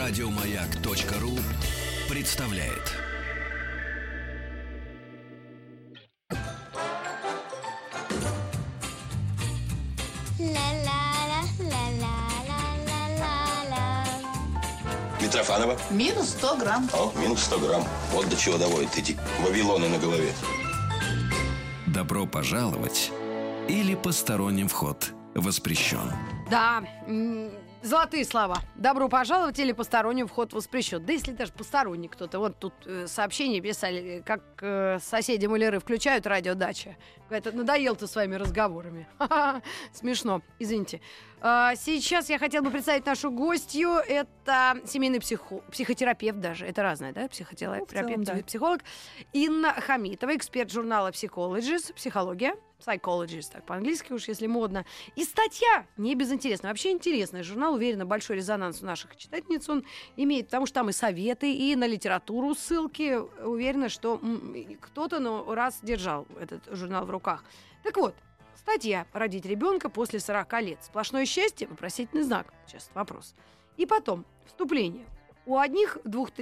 Радиомаяк.ру представляет. Митрофанова. Минус 100 грамм. Минус 100 грамм. Вот до чего доводят эти вавилоны на голове. Добро пожаловать или посторонним вход воспрещен. Да, золотые слова. Добро пожаловать или посторонним вход воспрещен. Да если даже посторонний кто-то. Вот тут сообщения писали, как соседи маляры включают радиодача. Говорят, надоел ты своими разговорами. Смешно, извините. Сейчас я хотела бы представить нашу гостью. Это семейный психотерапевт даже. Это разное, да? Психотерапевт, да. Психолог. Инна Хамитова, эксперт журнала Psychologist, психология. Psychologist, так по-английски уж, если модно. И статья не безинтересная. Вообще интересный журнал. Уверена, большой резонанс у наших читательниц он имеет, потому что там и советы, и на литературу ссылки. Уверена, что кто-то раз держал этот журнал в руках. Так вот, статья «Родить ребенка после 40 лет. Сплошное счастье?» Вопросительный знак. Сейчас вопрос. И потом, вступление. У одних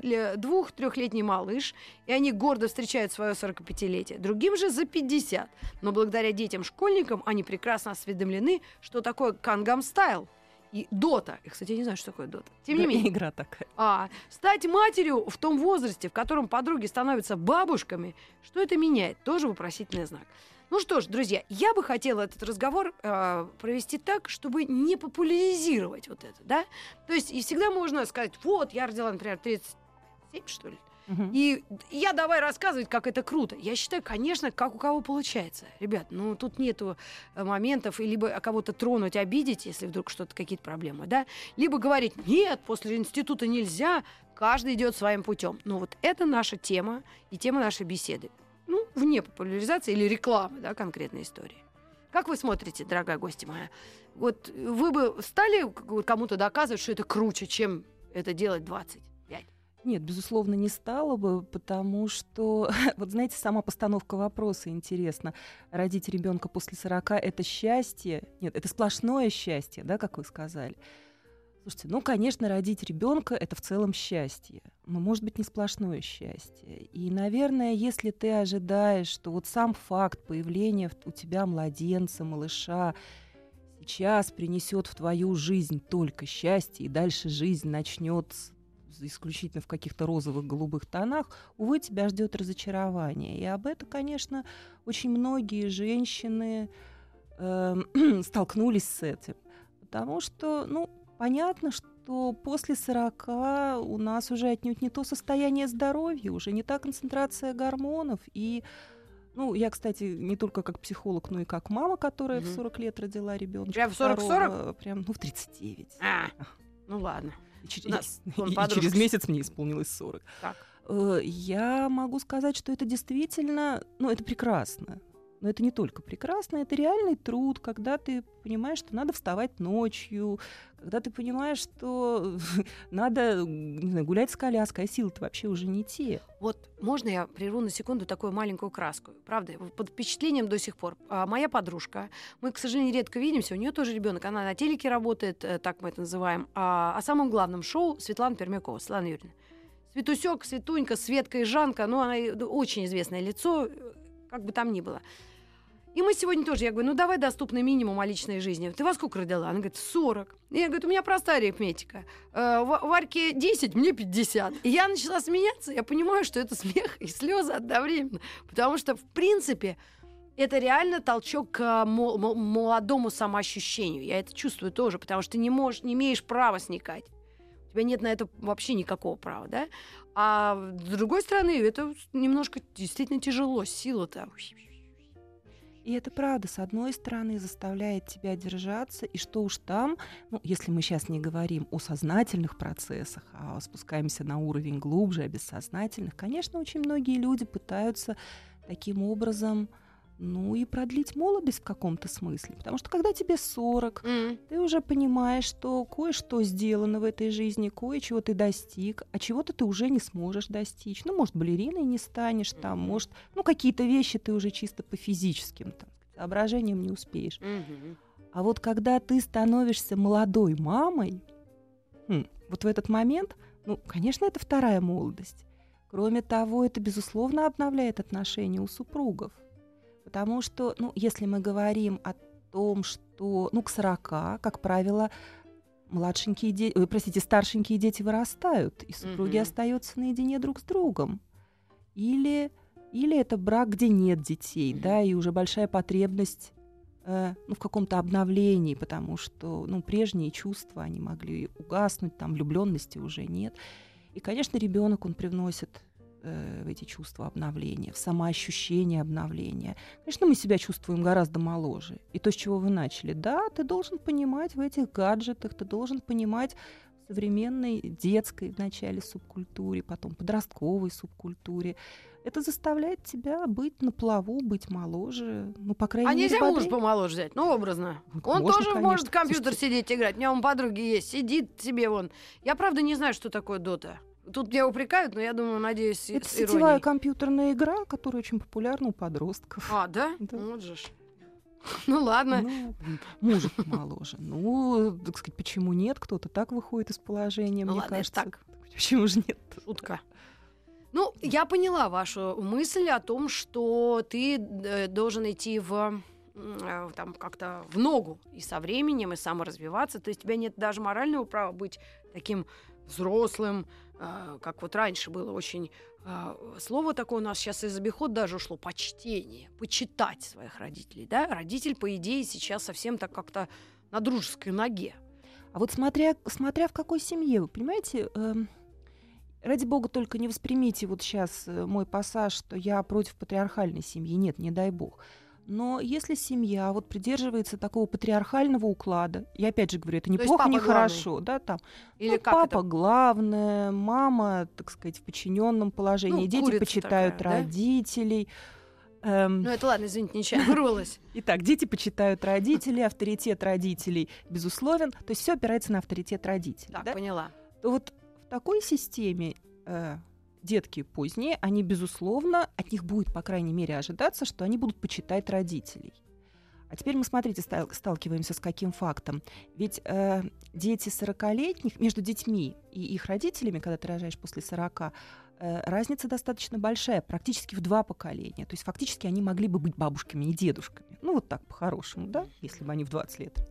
2-3-летний малыш, и они гордо встречают свое 45-летие. Другим же за 50. Но благодаря детям-школьникам они прекрасно осведомлены, что такое Gangnam Style и Дота. Я, кстати, не знаю, что такое Дота. Тем не менее. Игра такая. Стать матерью в том возрасте, в котором подруги становятся бабушками, что это меняет? Тоже вопросительный знак. Ну что ж, друзья, я бы хотела этот разговор провести так, чтобы не популяризировать вот это, да? То есть и всегда можно сказать, вот, я родила, например, 37, что ли, и я давай рассказывать, как это круто. Я считаю, конечно, как у кого получается. Ребят, ну тут нету моментов, либо кого-то тронуть, обидеть, если вдруг что-то, какие-то проблемы, да? Либо говорить, нет, после института нельзя, каждый идет своим путем. Ну вот это наша тема и тема нашей беседы. Ну, вне популяризации или рекламы, да, конкретной истории. Как вы смотрите, дорогая гостья моя? Вот вы бы стали кому-то доказывать, что это круче, чем это делать 25? Нет, безусловно, не стала бы, потому что, вот знаете, сама постановка вопроса интересна. Родить ребенка после 40 — это счастье? Нет, это сплошное счастье, да, как вы сказали. Слушайте, ну, конечно, родить ребенка — это в целом счастье, но, может быть, не сплошное счастье. И, наверное, если ты ожидаешь, что вот сам факт появления у тебя младенца, малыша сейчас принесет в твою жизнь только счастье, и дальше жизнь начнется исключительно в каких-то розовых, голубых тонах, увы, тебя ждет разочарование. И об этом, конечно, очень многие женщины столкнулись с этим. Потому что, ну, понятно, что после 40 у нас уже отнюдь не то состояние здоровья, уже не та концентрация гормонов. И, ну, я, кстати, не только как психолог, но и как мама, которая в 40 лет родила ребенка. Прям в 40-40? Прям, ну, в 39. Ну, ладно. И через месяц мне исполнилось 40. Так. Я могу сказать, что это действительно, ну, это прекрасно. Но это не только прекрасно, это реальный труд, когда ты понимаешь, что надо вставать ночью, когда ты понимаешь, что надо, не знаю, гулять с коляской, а силы-то вообще уже не те. Вот можно я прерву на секунду такую маленькую краску? Правда, под впечатлением до сих пор. Моя подружка, мы, к сожалению, редко видимся, у нее тоже ребенок, она на телеке работает, так мы это называем, о самом главном шоу Светлана Пермякова, Светлана Юрьевна. Светусёк, Светунька, Светка и Жанка, ну, она очень известное лицо, как бы там ни было. И мы сегодня тоже, я говорю, ну давай доступный минимум о личной жизни. Ты во сколько родила? Она говорит, 40. Я говорю, у меня простая арифметика. Варьке 10, мне 50. И я начала смеяться, я понимаю, что это смех и слезы одновременно. Потому что, в принципе, это реально толчок к молодому самоощущению. Я это чувствую тоже, потому что ты не имеешь права сникать. У тебя нет на это вообще никакого права, да? А с другой стороны, это немножко действительно тяжело, сила-то... И это правда, с одной стороны, заставляет тебя держаться, и что уж там, ну, если мы сейчас не говорим о сознательных процессах, а спускаемся на уровень глубже, о бессознательных, конечно, очень многие люди пытаются таким образом, ну, и продлить молодость в каком-то смысле. Потому что когда тебе 40, ты уже понимаешь, что кое-что сделано в этой жизни, кое-чего ты достиг, а чего-то ты уже не сможешь достичь. Ну, может, балериной не станешь, там, может, ну, какие-то вещи ты уже чисто по физическим там соображениям не успеешь. А вот когда ты становишься молодой мамой, вот в этот момент Ну, конечно, это вторая молодость. Кроме того, это, безусловно, обновляет отношения у супругов. Потому что, ну, если мы говорим о том, что, ну, к 40, как правило, старшенькие дети вырастают, и супруги остаются наедине друг с другом. Или это брак, где нет детей, да, и уже большая потребность в каком-то обновлении, потому что, ну, прежние чувства, они могли угаснуть, там, влюбленности уже нет. И, конечно, ребенок, он привносит в эти чувства обновления, в самоощущение обновления. Конечно, мы себя чувствуем гораздо моложе. И то, с чего вы начали, да, ты должен понимать в этих гаджетах, ты должен понимать в современной детской вначале субкультуре, потом подростковой субкультуре. Это заставляет тебя быть на плаву, быть моложе, ну, по крайней мере, нельзя мужа помоложе взять? Ну, образно. Он Можно, тоже конечно. может в компьютер сидеть, играть. У меня вон подруги есть, сидит себе вон. Я, правда, не знаю, что такое Дота. Тут меня упрекают, но я думаю, надеюсь, Это с сетевая иронией. компьютерная игра, которая очень популярна у подростков. А, да? Да. Вот же ж. Ну, ладно. Ну, мужа помоложе. Ну, так сказать, почему нет? Кто-то так выходит из положения, Ну, мне ладно, это кажется. так. Почему же нет? Шутка. Ну, я поняла вашу мысль о том, что ты должен идти там как-то в ногу и со временем, и саморазвиваться. То есть у тебя нет даже морального права быть таким взрослым, как вот раньше было очень... Слово такое у нас сейчас из обихода даже ушло — почтение, почитать своих родителей. Да? Родитель, по идее, сейчас совсем так как-то на дружеской ноге. А вот смотря в какой семье, вы понимаете, ради бога, только не воспримите вот сейчас мой пассаж, что я против патриархальной семьи. Нет, не дай бог. Но если семья вот придерживается такого патриархального уклада, я опять же говорю, это не плохо, не хорошо, да, там, Или ну, как папа это? главное, мама, так сказать, в подчиненном положении, Ну, дети курица почитают такая, да? родителей. Ну, это ладно, извините, ничего, вырвалась. Итак, дети почитают родителей, авторитет родителей безусловен, то есть все опирается на авторитет родителей. Так, Да? поняла. То вот в такой системе детки поздние, они, безусловно, от них будет, по крайней мере, ожидаться, что они будут почитать родителей. А теперь мы, смотрите, сталкиваемся с каким фактом. Ведь дети 40-летних, между детьми и их родителями, когда ты рожаешь после 40, разница достаточно большая, практически в 2 поколения. То есть фактически они могли бы быть бабушками и дедушками. Ну, вот так, по-хорошему, да, если бы они в 20 лет.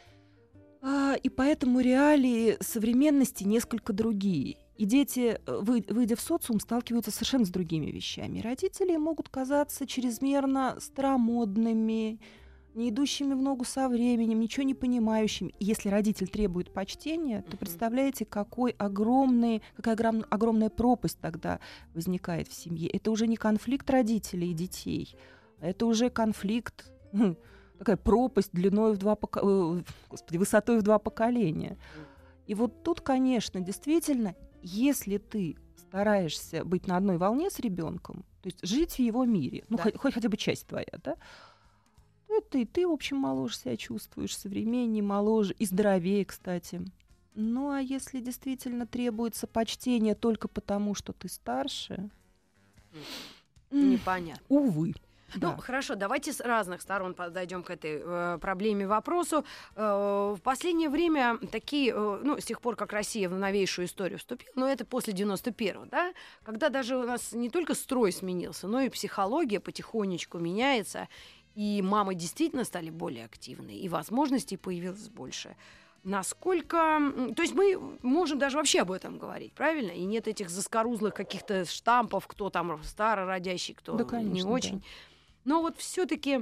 И поэтому реалии современности несколько другие. И дети, выйдя в социум, сталкиваются совершенно с другими вещами. Родители могут казаться чрезмерно старомодными, не идущими в ногу со временем, ничего не понимающими. И если родитель требует почтения, то представляете, какая огромная пропасть тогда возникает в семье. Это уже не конфликт родителей и детей, это уже конфликт, такая пропасть длиной высотой в 2 поколения. И вот тут, конечно, действительно, если ты стараешься быть на одной волне с ребенком, то есть жить в его мире, ну, Да. хотя бы часть твоя, да, то это и ты, в общем, моложе себя чувствуешь, современнее, моложе и здоровее, кстати. Ну, а если действительно требуется почтение только потому, что ты старше, Непонятно. увы. Ну, Да. хорошо, давайте с разных сторон подойдем к этой проблеме, вопросу. В последнее время такие, с тех пор, как Россия в новейшую историю вступила, но это после 91-го, да, когда даже у нас не только строй сменился, но и психология потихонечку меняется, и мамы действительно стали более активны, и возможностей появилось больше. Насколько... То есть мы можем даже вообще об этом говорить, правильно? И нет этих заскорузлых каких-то штампов, кто там старородящий, кто Да, конечно, не очень. да. Но вот все-таки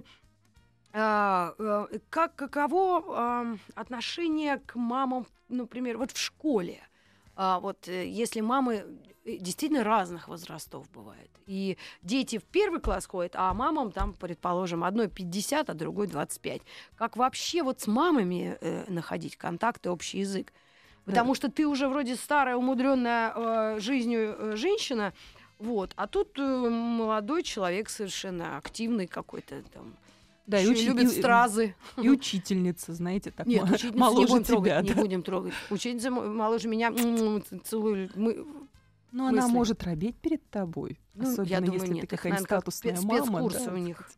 каково отношение к мамам, например, вот в школе? Если мамы действительно разных возрастов бывают, и дети в 1 класс ходят, а мамам там, предположим, одной 50, а другой 25. Как вообще вот с мамами находить контакт и общий язык? Потому что ты уже вроде старая, умудренная жизнью женщина, вот, а тут молодой человек совершенно активный какой-то там. Да, Ещё и любит стразы. И учительница, знаете, так Нет, учительницу моложе не будем тебя. трогать, Да? не будем трогать. Ученица моложе меня целует. Но она мысли. может робеть перед тобой. Ну, Особенно я думаю, если нет. ты Их, какая-нибудь наверное, как статусная мама. спецкурсы да, у них.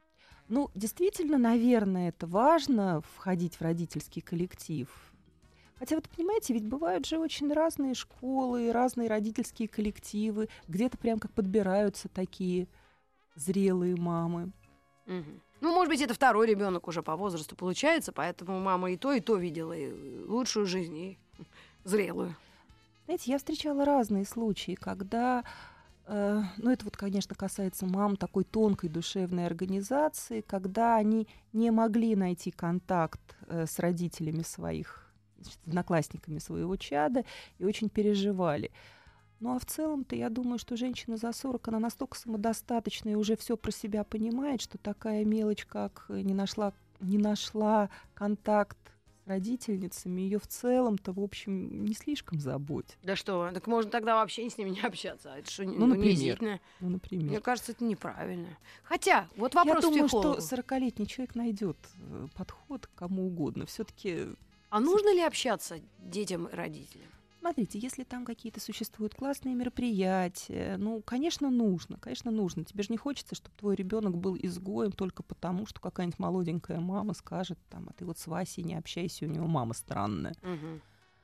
Ну, действительно, наверное, это важно входить в родительский коллектив. Хотя вот понимаете, ведь бывают же очень разные школы, разные родительские коллективы, где-то прям как подбираются такие зрелые мамы. Мгм. Ну, может быть, это второй ребенок уже по возрасту получается, поэтому мама и то видела, и лучшую жизнь, и зрелую. Знаете, я встречала разные случаи, когда, ну это вот, конечно, касается мам такой тонкой душевной организации, когда они не могли найти контакт с родителями своих, значит, с одноклассниками своего чада и очень переживали. Ну а в целом-то я думаю, что женщина за 40, она настолько самодостаточна и уже все про себя понимает, что такая мелочь, как не нашла контакт с родительницами, ее в целом-то, в общем, не слишком заботит. Да что вы, так можно тогда вообще с ними не общаться. А это что, Ну, например. унизительно? Ну, например. Мне кажется, это неправильно. Хотя, вот Я вопрос думаю, психологу. что 40-летний человек найдет подход к кому угодно. Все-таки, А нужно ли общаться детям и родителям? смотрите, если там какие-то существуют классные мероприятия, ну, конечно, нужно, конечно, нужно. Тебе же не хочется, чтобы твой ребенок был изгоем только потому, что какая-нибудь молоденькая мама скажет, там, а ты вот с Васей не общайся, у него мама странная. Мгм.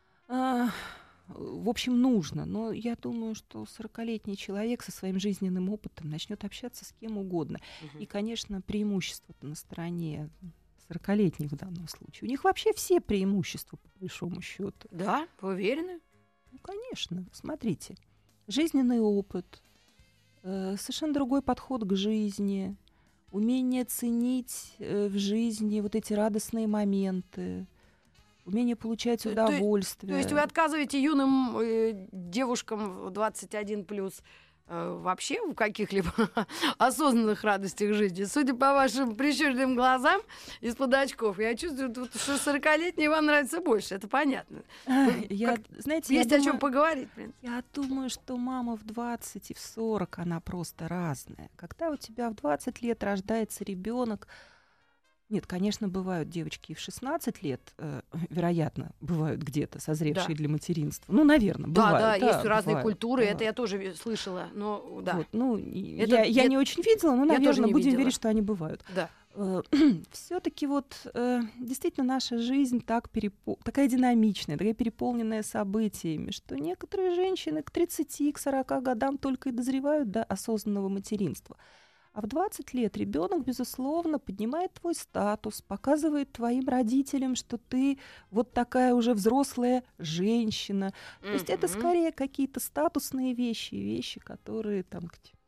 В общем, нужно. Но я думаю, что 40-летний человек со своим жизненным опытом начнет общаться с кем угодно. Мгм. И, конечно, преимущество-то на стороне 40-летних в данном случае. У них вообще все преимущества, по большому счету. Да, вы уверены? Ну, конечно. Смотрите. Жизненный опыт, совершенно другой подход к жизни, умение ценить в жизни вот эти радостные моменты, умение получать удовольствие. То есть вы отказываете юным девушкам в 21+, вообще в каких-либо осознанных радостях жизни? Судя по вашим прищуренным глазам из-под очков, я чувствую, что 40-летний вам нравится больше. Это понятно. Знаете, Есть о чем поговорить. Я думаю, что мама в 20 и в 40, она просто разная. Когда у тебя в 20 лет рождается ребенок, нет, конечно, бывают девочки и в 16 лет, вероятно, бывают где-то созревшие для материнства. Ну, наверное, бывают. Да, есть разные бывают, культуры, бывают. это я тоже слышала. Но, да. Вот, ну, я не очень видела, но, наверное, будем верить, что они бывают. Да. Все-таки вот действительно наша жизнь такая динамичная, такая переполненная событиями, что некоторые женщины к 30, к 40 годам только и дозревают до осознанного материнства. А в 20 лет ребенок, безусловно, поднимает твой статус, показывает твоим родителям, что ты вот такая уже взрослая женщина. То есть это скорее какие-то статусные вещи, которые там...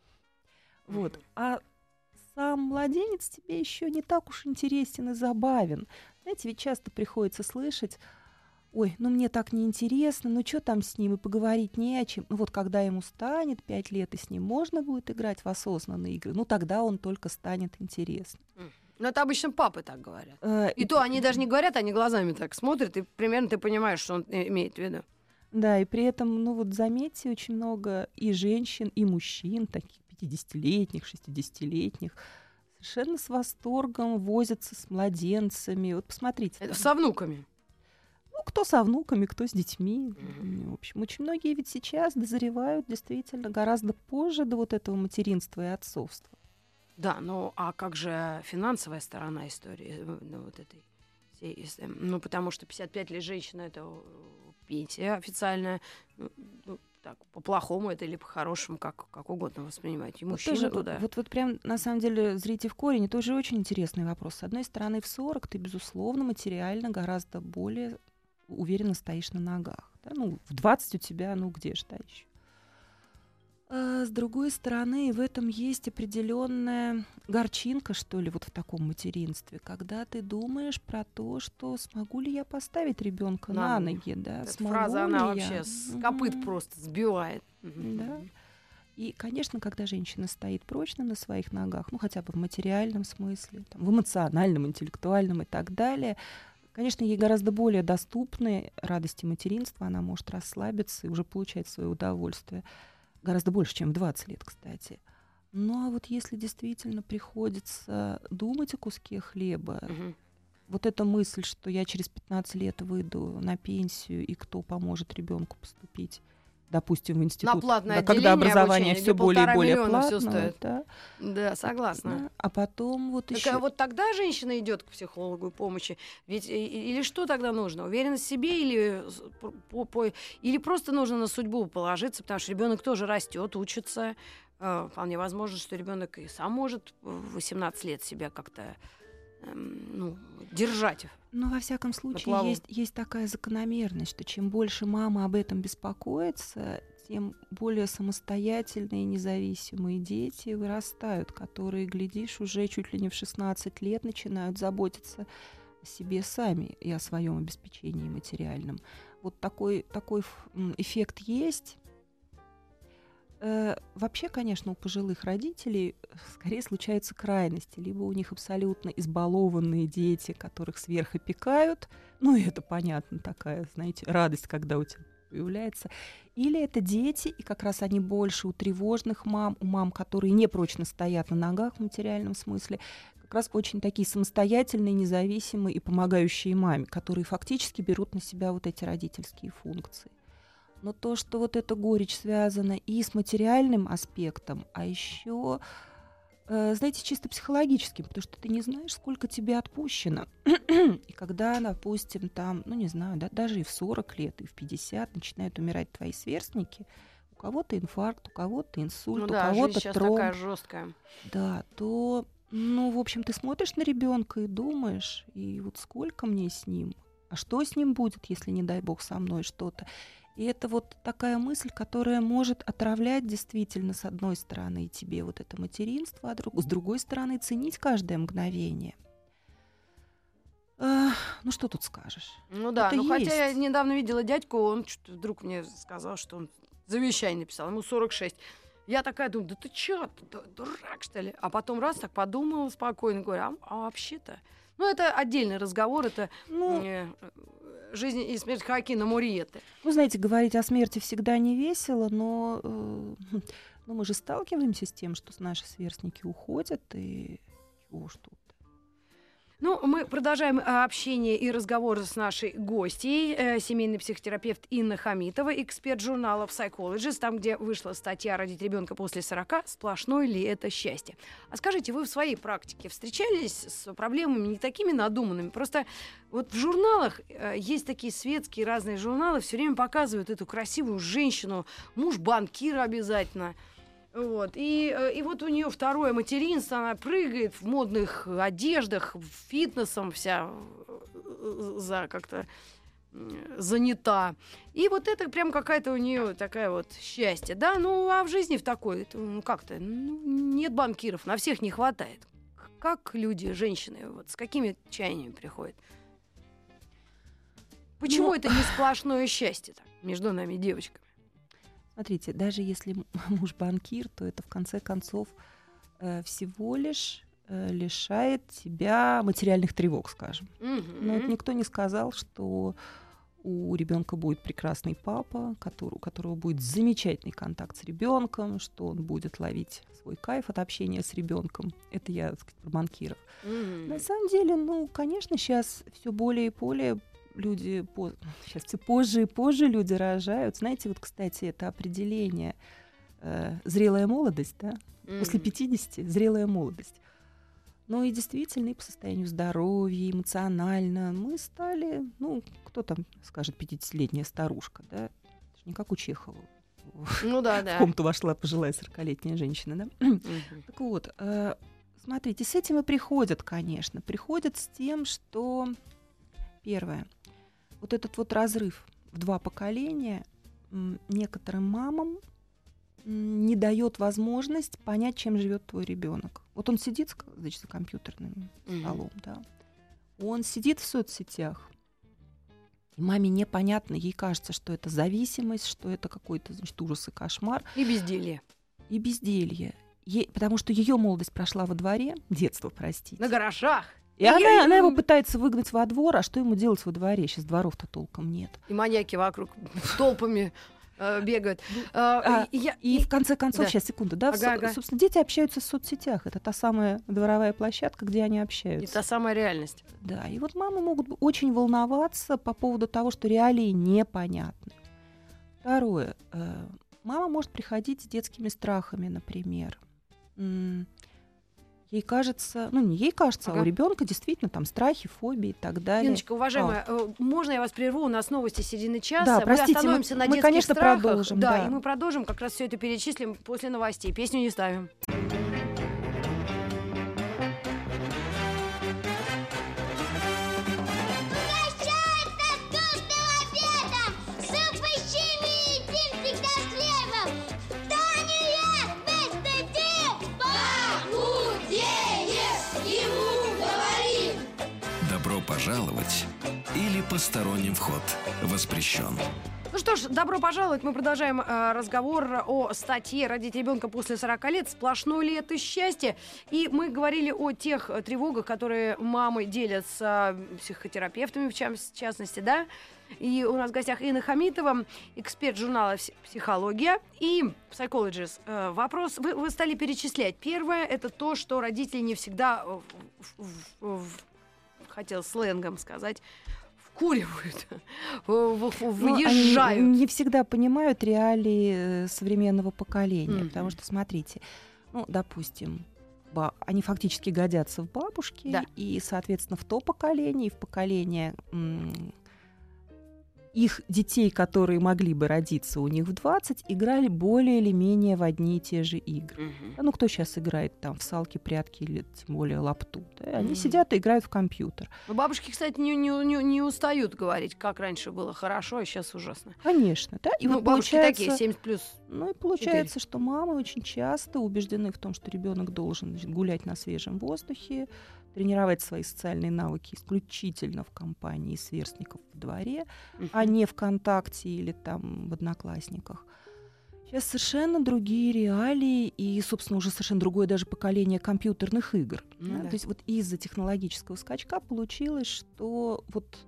Вот. А сам младенец тебе еще не так уж интересен и забавен. Знаете, ведь часто приходится слышать: ой, ну мне так неинтересно, ну что там с ним, и поговорить не о чем. Ну вот когда ему станет 5 лет, и с ним можно будет играть в осознанные игры, ну тогда он только станет интересным. Ну это обычно папы так говорят. И то они даже не говорят, они глазами так смотрят, и примерно ты понимаешь, что он имеет в виду. Да, и при этом, ну вот заметьте, очень много и женщин, и мужчин, таких 50-летних, 60-летних, совершенно с восторгом возятся с младенцами. Вот посмотрите. Это со внуками. Ну, кто со внуками, кто с детьми. В общем, очень многие ведь сейчас дозревают действительно гораздо позже до вот этого материнства и отцовства. Да, ну а как же финансовая сторона истории? Ну, вот этой всей, ну, потому что 55 лет женщина — это пенсия официальная. Ну, так, по-плохому это или по-хорошему, как угодно воспринимать. И мужчина тоже, туда. Вот прям, на самом деле, зрите в корень, это уже очень интересный вопрос. С одной стороны, в 40 ты, безусловно, материально гораздо более уверенно стоишь на ногах. Да? Ну, в 20 у тебя, ну, где же, да, еще? А с другой стороны, в этом есть определенная горчинка, что ли, вот в таком материнстве, когда ты думаешь про то, что смогу ли я поставить ребенка на ноги, да? Эта фраза, она вообще с копыт просто сбивает. Да. И, конечно, когда женщина стоит прочно на своих ногах, ну, хотя бы в материальном смысле, там, в эмоциональном, интеллектуальном и так далее, конечно, ей гораздо более доступны радости материнства, она может расслабиться и уже получать свое удовольствие. Гораздо больше, чем в 20 лет, кстати. Ну, а вот если действительно приходится думать о куске хлеба, вот эта мысль, что я через 15 лет выйду на пенсию, и кто поможет ребенку поступить допустим, в институт, На платное когда отделение образование обучения, все где более и 1,5 более миллиона всё платное. стоит. Да, Да, согласна. да. А потом вот Так, еще... а вот тогда женщина идет к психологу и помощи. Ведь или что тогда нужно? Уверенность в себе или просто нужно на судьбу положиться, потому что ребенок тоже растет, учится. Вполне возможно, что ребенок и сам может в 18 лет себя как-то держать. Ну, во всяком случае, есть такая закономерность, что чем больше мама об этом беспокоится, тем более самостоятельные и независимые дети вырастают, которые, глядишь, уже чуть ли не в 16 лет начинают заботиться о себе сами и о своем обеспечении материальном. Вот такой эффект есть. Вообще, конечно, у пожилых родителей скорее случаются крайности. Либо у них абсолютно избалованные дети, которых сверхопекают. Ну, и это понятно, такая, знаете, радость, когда у тебя появляется. Или это дети, и как раз они больше у тревожных мам, у мам, которые непрочно стоят на ногах в материальном смысле, как раз очень такие самостоятельные, независимые и помогающие маме, которые фактически берут на себя вот эти родительские функции. Но то, что вот эта горечь связана и с материальным аспектом, а еще, знаете, чисто психологическим, потому что ты не знаешь, сколько тебе отпущено. И когда, допустим, там, ну не знаю, да, даже и в 40 лет, и в 50 начинают умирать твои сверстники, у кого-то инфаркт, у кого-то инсульт, у кого-то жизнь тромб. такая жесткая. Да, то, ну, в общем, ты смотришь на ребенка и думаешь, и вот сколько мне с ним, а что с ним будет, если, не дай бог, со мной что-то. И это вот такая мысль, которая может отравлять действительно, с одной стороны, тебе вот это материнство, а с другой стороны, ценить каждое мгновение. Ну, что тут скажешь? Ну да, это хотя я есть. недавно видела дядьку, он вдруг мне сказал, что он завещание написал, ему 46. Я такая думаю, да ты чё, ты дурак, что ли? А потом раз так подумала спокойно, говорю, а вообще-то... Ну, это отдельный разговор, это... Жизнь и смерть Хоакина Мурриеты. Вы знаете, говорить о смерти всегда не весело, но мы же сталкиваемся с тем, что наши сверстники уходят, и чего ж тут. Ну, мы продолжаем общение и разговоры с нашей гостьей, семейный психотерапевт Инна Хамитова, эксперт журнала Psychologist, там, где вышла статья «Родить ребенка после 40. Сплошное ли это счастье?». А скажите, вы в своей практике встречались с проблемами не такими надуманными? Просто вот в журналах есть такие светские разные журналы, все время показывают эту красивую женщину, муж банкир обязательно. Вот. И вот у нее второе материнство, она прыгает в модных одеждах, фитнесом вся как-то занята. И вот это прям какая-то у нее такая вот счастье. Да, ну а в жизни в такой, как-то, нет банкиров, на всех не хватает. Как люди, женщины, вот с какими чаяниями приходят? Почему это не сплошное счастье так, между нами девочками? Смотрите, даже если муж банкир, то это в конце концов всего лишь лишает тебя материальных тревог, скажем. Но вот никто не сказал, что у ребенка будет прекрасный папа, у которого будет замечательный контакт с ребенком, что он будет ловить свой кайф от общения с ребенком. Это я, так сказать, про банкиров. На самом деле, конечно, сейчас все более и более люди сейчас все позже и позже люди рожают. Знаете, вот, кстати, это определение зрелая молодость, да? После 50 зрелая молодость. Ну и действительно, и по состоянию здоровья, эмоционально мы стали, кто там скажет 50-летняя старушка, да? Это же не как у Чехова. Ну да. В комнату вошла пожилая 40-летняя женщина, да? Так вот, смотрите, с этим и приходят, конечно. Приходят с тем, что первое, вот этот вот разрыв в 2 поколения некоторым мамам не дает возможность понять, чем живет твой ребенок. Вот он сидит, значит, за компьютерным столом, да. Он сидит в соцсетях. И маме непонятно, ей кажется, что это зависимость, что это какой-то, значит, ужас и кошмар. И безделье. Потому что ее молодость прошла во дворе, детство, простите. На гаражах. И она его пытается выгнать во двор, а что ему делать во дворе? Сейчас дворов-то толком нет. И маньяки вокруг толпами бегают. И в конце концов, сейчас, секунду, да, собственно, дети общаются в соцсетях. Это та самая дворовая площадка, где они общаются. И та самая реальность. Да, и вот мамы могут очень волноваться по поводу того, что реалии непонятны. Второе. Мама может приходить с детскими страхами, например. Ей кажется, не ей кажется, а у ребенка действительно там страхи, фобии и так далее. Леночка, уважаемая, можно я вас прерву? У нас новости середины часа. Да, Мы простите, остановимся на мы, детских конечно, страхах. продолжим. Да, и мы продолжим, как раз все это перечислим после новостей. Песню не ставим. Добро пожаловать или посторонним вход воспрещен. Ну что ж, добро пожаловать. Мы продолжаем разговор о статье «Родить ребенка после 40 лет. Сплошное ли это счастье?» И мы говорили о тех тревогах, которые мамы делят с психотерапевтами, в частности, да? И у нас в гостях Инна Хамитова, эксперт журнала «Психология» и «Psychologist». Вопрос вы стали перечислять. Первое – это то, что родители не всегда, хотел сленгом сказать, вкуривают, выезжают. Они не всегда понимают реалии современного поколения, потому что, смотрите, допустим, они фактически годятся в бабушки, да. И, соответственно, в то поколение, и в поколение их детей, которые могли бы родиться у них в 20, играли более или менее в одни и те же игры. Кто сейчас играет там в салки, прятки или тем более лапту? Да? Они сидят и играют в компьютер. Но бабушки, кстати, не устают говорить, как раньше было хорошо, а сейчас ужасно. Конечно, да. И бабушки такие, 70+. И получается, что мамы очень часто убеждены в том, что ребенок должен гулять на свежем воздухе, тренировать свои социальные навыки исключительно в компании сверстников в дворе, а не ВКонтакте или там в Одноклассниках. Сейчас совершенно другие реалии и, собственно, уже совершенно другое даже поколение компьютерных игр. Да? То есть из-за технологического скачка получилось, что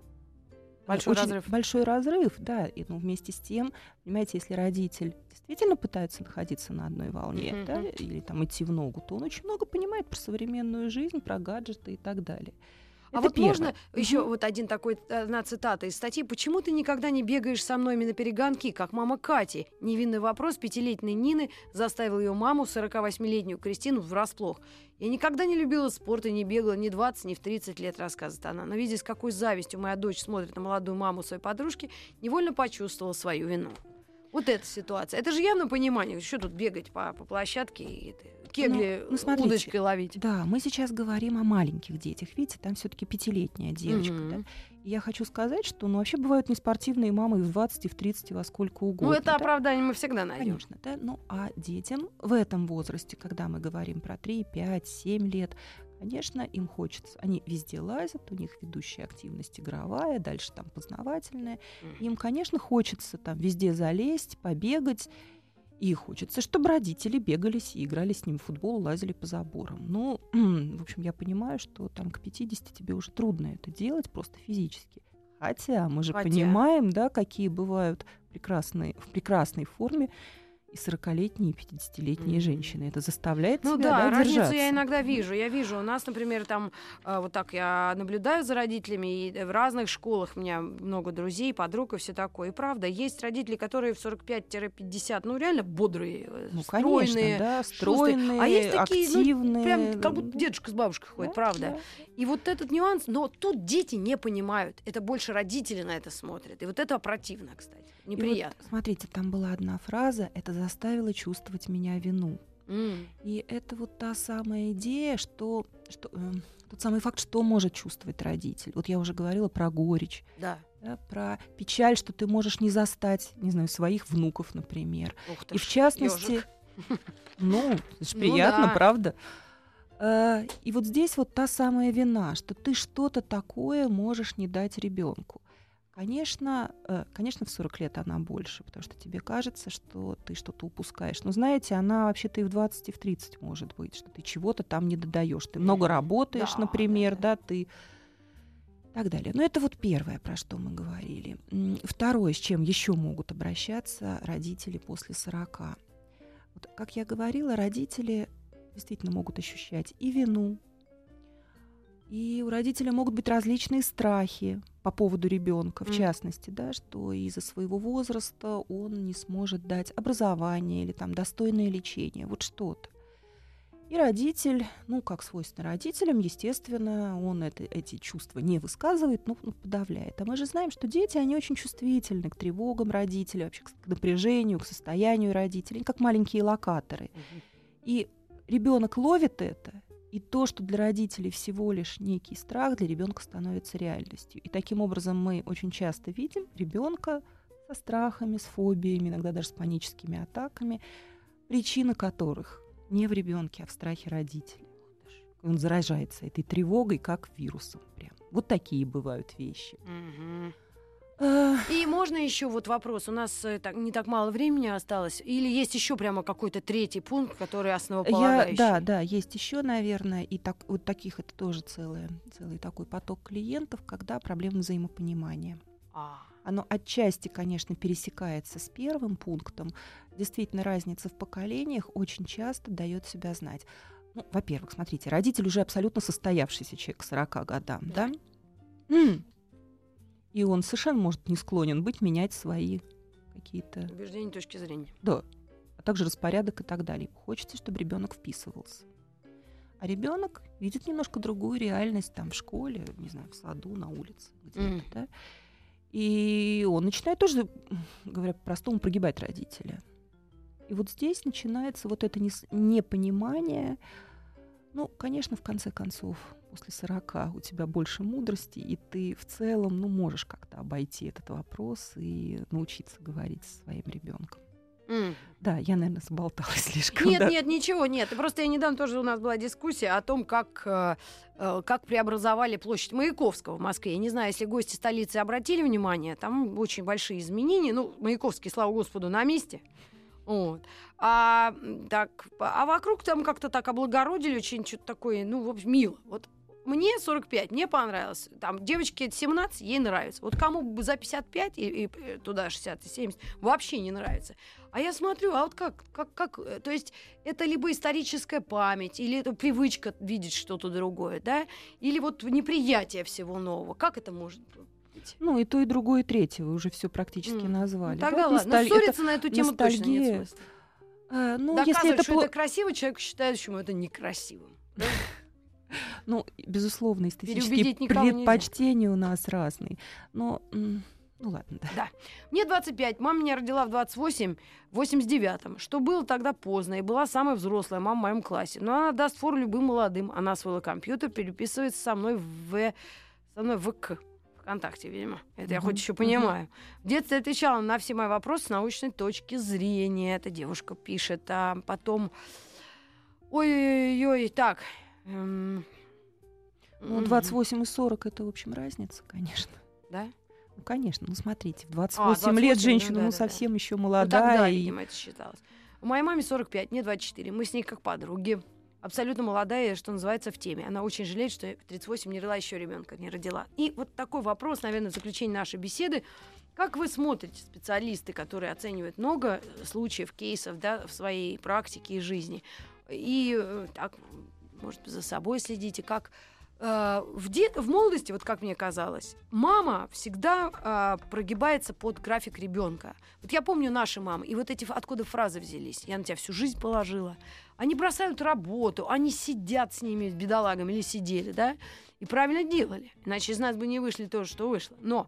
большой разрыв, да. И вместе с тем, понимаете, если родитель действительно пытается находиться на одной волне, да, или там идти в ногу, то он очень много понимает про современную жизнь, про гаджеты и так далее. А вот можно еще одна цитата из статьи. «Почему ты никогда не бегаешь со мной на перегонки, как мама Кати?» Невинный вопрос 5-летней Нины заставил ее маму, 48-летнюю Кристину, врасплох. «Я никогда не любила спорт и не бегала ни в 20, ни в 30 лет», рассказывает она. Но видя, с какой завистью моя дочь смотрит на молодую маму своей подружки, невольно почувствовала свою вину. Вот эта ситуация. Это же явно понимание. Что тут бегать по площадке и кегли удочкой ловить? Да, мы сейчас говорим о маленьких детях. Видите, там все-таки 5-летняя девочка. Да? И я хочу сказать, что вообще бывают неспортивные мамы и в 20, и в 30, и во сколько угодно. Это оправдание мы всегда найдем. Конечно, да. А детям в этом возрасте, когда мы говорим про 3, 5, 7 лет, конечно, им хочется. Они везде лазят, у них ведущая активность игровая, дальше там познавательная. Им, конечно, хочется там везде залезть, побегать. И хочется, чтобы родители бегались и играли с ним в футбол, лазили по заборам. В общем, я понимаю, что там к 50 тебе уже трудно это делать просто физически. Хотя мы же понимаем, да, какие бывают в прекрасной форме и 40-летние, и 50-летние женщины. Это заставляет тебя разницу держаться. Я иногда вижу. Я вижу, у нас, например, там я наблюдаю за родителями, и в разных школах у меня много друзей, подруг и все такое. И правда, есть родители, которые в 45-50, реально бодрые, стройные, стройные, а есть такие, активные. Прям как будто дедушка с бабушкой ходит, правда. Да. И вот этот нюанс, но тут дети не понимают. Это больше родители на это смотрят. И вот это противно, кстати. Неприятно. Смотрите, там была одна фраза: это заставило чувствовать меня вину. И это та самая идея, что тот самый факт, что может чувствовать родитель. Я уже говорила про горечь, да, про печаль, что ты можешь не застать, не знаю, своих внуков, например. И в частности, это же приятно, правда? И здесь та самая вина, что ты что-то такое можешь не дать ребенку. Конечно, в 40 лет она больше, потому что тебе кажется, что ты что-то упускаешь. Но знаете, она вообще-то и в 20, и в 30 может быть, что ты чего-то там не додаешь. Ты много работаешь, например, ты и так далее. Но это первое, про что мы говорили. Второе, с чем еще могут обращаться родители после 40. Как я говорила, родители действительно могут ощущать и вину, И у родителя могут быть различные страхи по поводу ребенка, в частности, да, что из-за своего возраста он не сможет дать образование или там достойное лечение, вот что-то. И родитель, как свойственно родителям, естественно, он эти чувства не высказывает, но подавляет. А мы же знаем, что дети, они очень чувствительны к тревогам родителей, вообще к напряжению, к состоянию родителей, как маленькие локаторы. И ребенок ловит это, и то, что для родителей всего лишь некий страх, для ребенка становится реальностью. И таким образом мы очень часто видим ребенка со страхами, с фобиями, иногда даже с паническими атаками, причина которых не в ребенке, а в страхе родителей. Он заражается этой тревогой, как вирусом. Прям. Вот такие бывают вещи. И можно еще вот вопрос. У нас не так мало времени осталось. Или есть еще прямо какой-то третий пункт, который основополагающий? Да, есть еще, наверное. И вот таких это тоже целый такой поток клиентов, когда проблема взаимопонимания. Оно отчасти, конечно, пересекается с первым пунктом. Действительно, разница в поколениях очень часто дает себя знать. Во-первых, смотрите, родитель уже абсолютно состоявшийся человек к 40 годам, да? И он совершенно может не склонен быть менять свои какие-то убеждения, точки зрения. Да, а также распорядок и так далее. Хочется, чтобы ребенок вписывался. А ребенок видит немножко другую реальность там в школе, не знаю, в саду, на улице, где-то, да? И он начинает тоже, говоря по-простому, прогибать родителя. И вот здесь начинается вот это непонимание. Конечно, в конце концов, после 40 у тебя больше мудрости, и ты в целом, можешь как-то обойти этот вопрос и научиться говорить со своим ребенком. Да, я, наверное, заболталась слишком. Нет, ничего, нет. Просто я недавно тоже у нас была дискуссия о том, как преобразовали площадь Маяковского в Москве. Я не знаю, если гости столицы обратили внимание, там очень большие изменения. Маяковский, слава Господу, на месте. Вот. А вокруг там как-то так облагородили, очень что-то такое, в общем, мило. Вот мне 45, мне понравилось. Там девочке 17, ей нравится. Вот кому за 55 и туда 60 и 70 вообще не нравится. А я смотрю, а вот как? То есть это либо историческая память, или это привычка видеть что-то другое, да? Или вот неприятие всего нового. Как это может быть? И то, и другое, и третье. Вы уже все практически назвали. Тогда ладно. Ссориться на эту тему точно нет смысла. Доказывать, если что это красиво, человек считает, что это некрасивым. Да? Безусловно, эстетические предпочтения у нас разные. Но, ладно, да. Мне 25, мама меня родила в 28, в 89-м, что было тогда поздно, и была самая взрослая мама в моем классе. Но она даст фору любым молодым. Она освоила компьютер, переписывается со мной в ВКонтакте, видимо. Это я хоть еще понимаю. В детстве отвечала на все мои вопросы с научной точки зрения. Эта девушка пишет. А потом... Ой-ой-ой, так... 28 и 40 — это, в общем, разница, конечно. Да? Конечно. Смотрите, в 28 лет женщина, совсем еще молодая. Тогда, видимо, это считалось. У моей маме 45, мне 24. Мы с ней как подруги. Абсолютно молодая, что называется, в теме. Она очень жалеет, что в 38 не родила, еще ребенка не родила. И вот такой вопрос, наверное, в заключение нашей беседы. Как вы смотрите, специалисты, которые оценивают много случаев, кейсов, да, в своей практике и жизни, и так, может, за собой следите, как в молодости, вот как мне казалось, мама всегда прогибается под график ребенка. Вот я помню наши мамы, и вот эти откуда фразы взялись. Я на тебя всю жизнь положила. Они бросают работу, они сидят с ними, с бедолагами, или сидели, да, и правильно делали. Иначе из нас бы не вышли то, что вышло. Но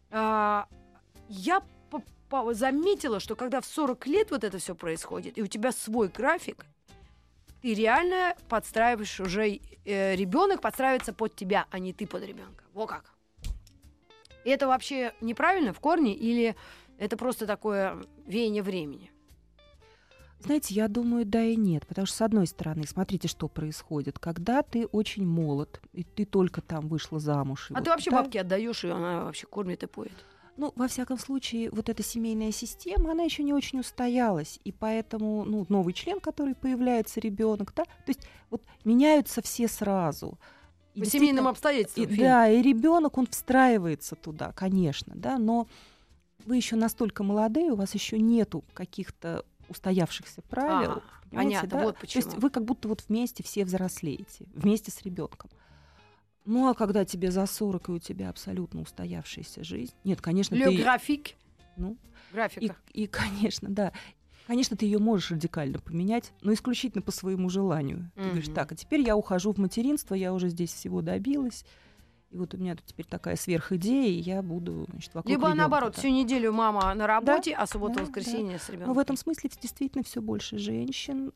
я заметила, что когда в 40 лет вот это все происходит, и у тебя свой график, ты реально подстраиваешь уже, ребенок подстраивается под тебя, а не ты под ребенка. Во как. И это вообще неправильно в корне, или это просто такое веяние времени? Знаете, я думаю, да и нет. Потому что, с одной стороны, смотрите, что происходит. Когда ты очень молод, и ты только там вышла замуж. А ты вообще бабке отдаешь, и она вообще кормит и поет. Во всяком случае, вот эта семейная система, она еще не очень устоялась. И поэтому, новый член, который появляется, ребенок, да, то есть вот меняются все сразу. По семейным обстоятельствам. И ребенок, он встраивается туда, конечно, да, но вы еще настолько молодые, у вас еще нету каких-то устоявшихся правил. Понятно, да? вот почему. То есть вы как будто вот вместе все взрослеете, вместе с ребенком. Ну, а когда тебе за 40, и у тебя абсолютно устоявшаяся жизнь... Нет, конечно, Le график. Ну, Графика. и, конечно, да. Конечно, ты ее можешь радикально поменять, но исключительно по своему желанию. Ты говоришь, так, а теперь я ухожу в материнство, я уже здесь всего добилась, и вот у меня тут теперь такая сверхидея, и я буду, значит, вокруг Либо ребёнка, наоборот, да. всю неделю мама на работе, Да, а субботу-воскресенье да. с ребенком. Но в этом смысле действительно все больше женщин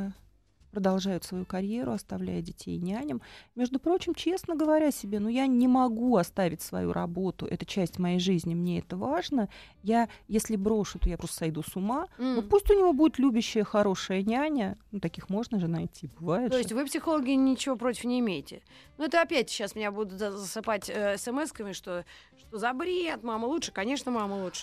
продолжают свою карьеру, оставляя детей няням. Между прочим, честно говоря себе, я не могу оставить свою работу, это часть моей жизни, мне это важно. Если брошу, то я просто сойду с ума. Но пусть у него будет любящая, хорошая няня. Таких можно же найти, бывает. То есть вы, психологи, ничего против не имеете? Это опять сейчас меня будут засыпать смс-ками, что за бред, мама лучше. Конечно, мама лучше,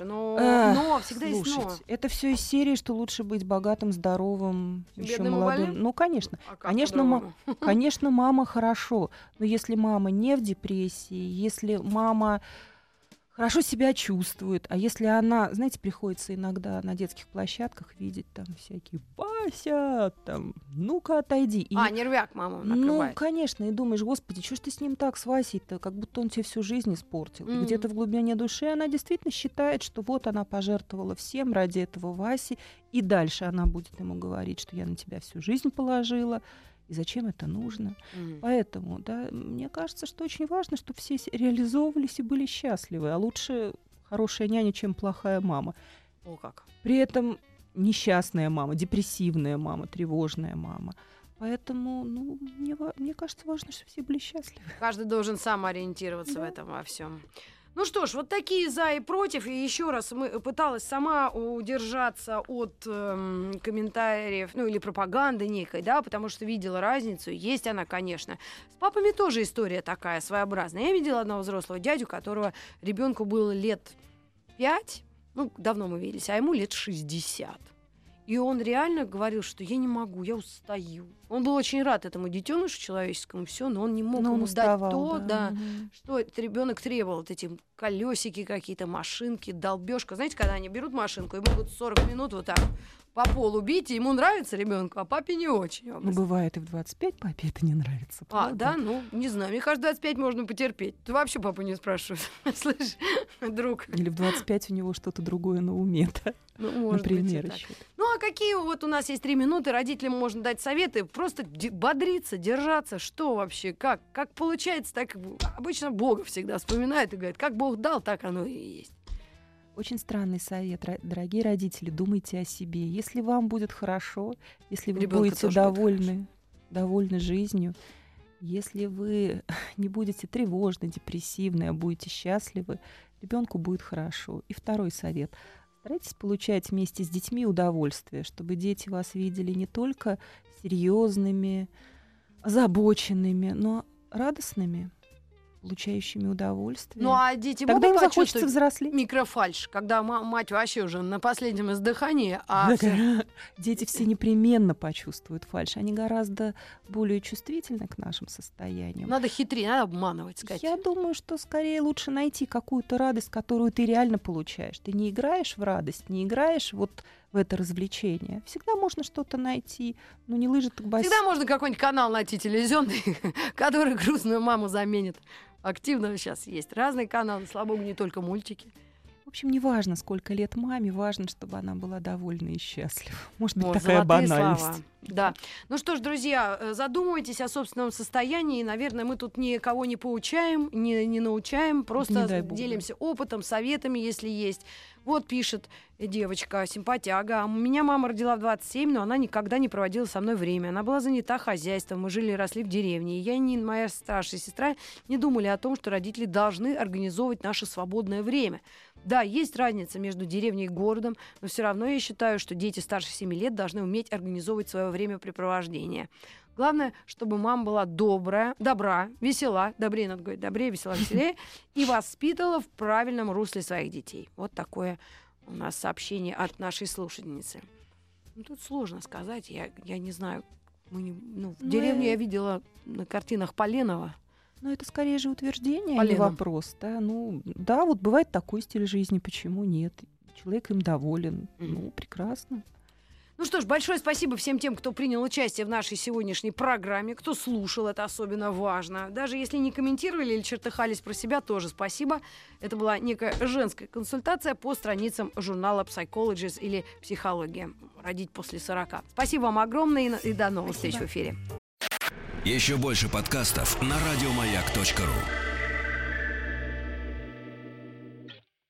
но всегда есть но. Слушайте, это все из серии, что лучше быть богатым, здоровым, еще Бедным и молодым. больным? Ну, конечно. А как Конечно, по-другому? конечно, мама хорошо. Но если мама не в депрессии, если мама хорошо себя чувствует, а если она, знаете, приходится иногда на детских площадках видеть там всякие «Вася», там «Ну-ка, отойди». И, Нервяк маму накрывает. конечно, и думаешь, господи, что ж ты с ним так, с Васей-то, как будто он тебе всю жизнь испортил. И где-то в глубине души она действительно считает, что вот она пожертвовала всем ради этого Васи, и дальше она будет ему говорить, что я на тебя всю жизнь положила, и зачем это нужно. Поэтому, да, мне кажется, что очень важно, чтобы все реализовывались и были счастливы, а лучше хорошая няня, чем плохая мама. О, как. При этом несчастная мама, депрессивная мама, тревожная мама. Поэтому, мне кажется, важно, чтобы все были счастливы. Каждый должен сам ориентироваться в этом во всем. Ну что ж, вот такие за и против. И еще раз пыталась сама удержаться от комментариев, или пропаганды некой, да, потому что видела разницу. Есть она, конечно. С папами тоже история такая своеобразная. Я видела одного взрослого дядю, которого ребенку было лет 5, давно мы виделись, а ему лет 60. И он реально говорил, что я не могу, я устаю. Он был очень рад этому детенышу человеческому, все, но он не мог ему дать то, что этот ребенок требовал. Вот эти колесики какие-то, машинки, долбежка. Знаете, когда они берут машинку и могут 40 минут вот так по полу бить, и ему нравится ребенку, а папе не очень. Бывает и в 25 папе это не нравится. Да? Не знаю. Мне кажется, 25 можно потерпеть. Ты вообще папу не спрашиваешь. Слышь, друг. Или в 25 у него что-то другое на уме, да? Например, еще. А какие вот у нас есть 3 минуты, родителям можно дать советы, просто бодриться, держаться, что вообще, как получается, так обычно Бога всегда вспоминают и говорят, как Бог дал, так оно и есть. Очень странный совет, дорогие родители, думайте о себе. Если вам будет хорошо, если вы будете довольны жизнью, если вы не будете тревожны, депрессивны, а будете счастливы, ребенку будет хорошо. И второй совет. Старайтесь получать вместе с детьми удовольствие, чтобы дети вас видели не только серьезными, озабоченными, но радостными, получающими удовольствие. А дети тогда могут им захочется взрослеть. Микрофальшь, когда мать вообще уже на последнем издыхании, Дети все непременно почувствуют фальшь. Они гораздо более чувствительны к нашим состояниям. Надо хитрее, надо обманывать, сказать. Я думаю, что скорее лучше найти какую-то радость, которую ты реально получаешь. Ты не играешь в радость, не играешь вот в это развлечение. Всегда можно что-то найти. Не лыжи, так бассейн. Всегда можно какой-нибудь канал найти телевизионный, который грустную маму заменит. Активно сейчас есть разные каналы, слава богу, не только мультики. В общем, не важно, сколько лет маме, важно, чтобы она была довольна и счастлива. Может быть, О, такая банальность. Слова. Да. Ну что ж, друзья, задумывайтесь о собственном состоянии. Наверное, мы тут никого не поучаем, не научаем, просто делимся опытом, советами, если есть. Вот пишет девочка, симпатяга. У меня мама родила в 27, но она никогда не проводила со мной время. Она была занята хозяйством. Мы жили и росли в деревне. И я и моя старшая сестра не думали о том, что родители должны организовывать наше свободное время. Да, есть разница между деревней и городом, но все равно я считаю, что дети старше 7 лет должны уметь организовывать свое времяпрепровождение. Главное, чтобы мама была добра, весела, добрее надо говорить, добрее, весела, веселее, и воспитывала в правильном русле своих детей. Вот такое у нас сообщение от нашей слушательницы. Тут сложно сказать, я не знаю. В деревне я видела на картинах Поленова. Это скорее же утверждение, а не вопрос. Да, вот бывает такой стиль жизни, почему нет? Человек им доволен. Прекрасно. Ну что ж, большое спасибо всем тем, кто принял участие в нашей сегодняшней программе, кто слушал, это особенно важно. Даже если не комментировали или чертыхались про себя, тоже спасибо. Это была некая женская консультация по страницам журнала Psychologist или «Психология. Родить после 40». Спасибо вам огромное и до новых встреч в эфире. Еще больше подкастов на радиомаяк.ру.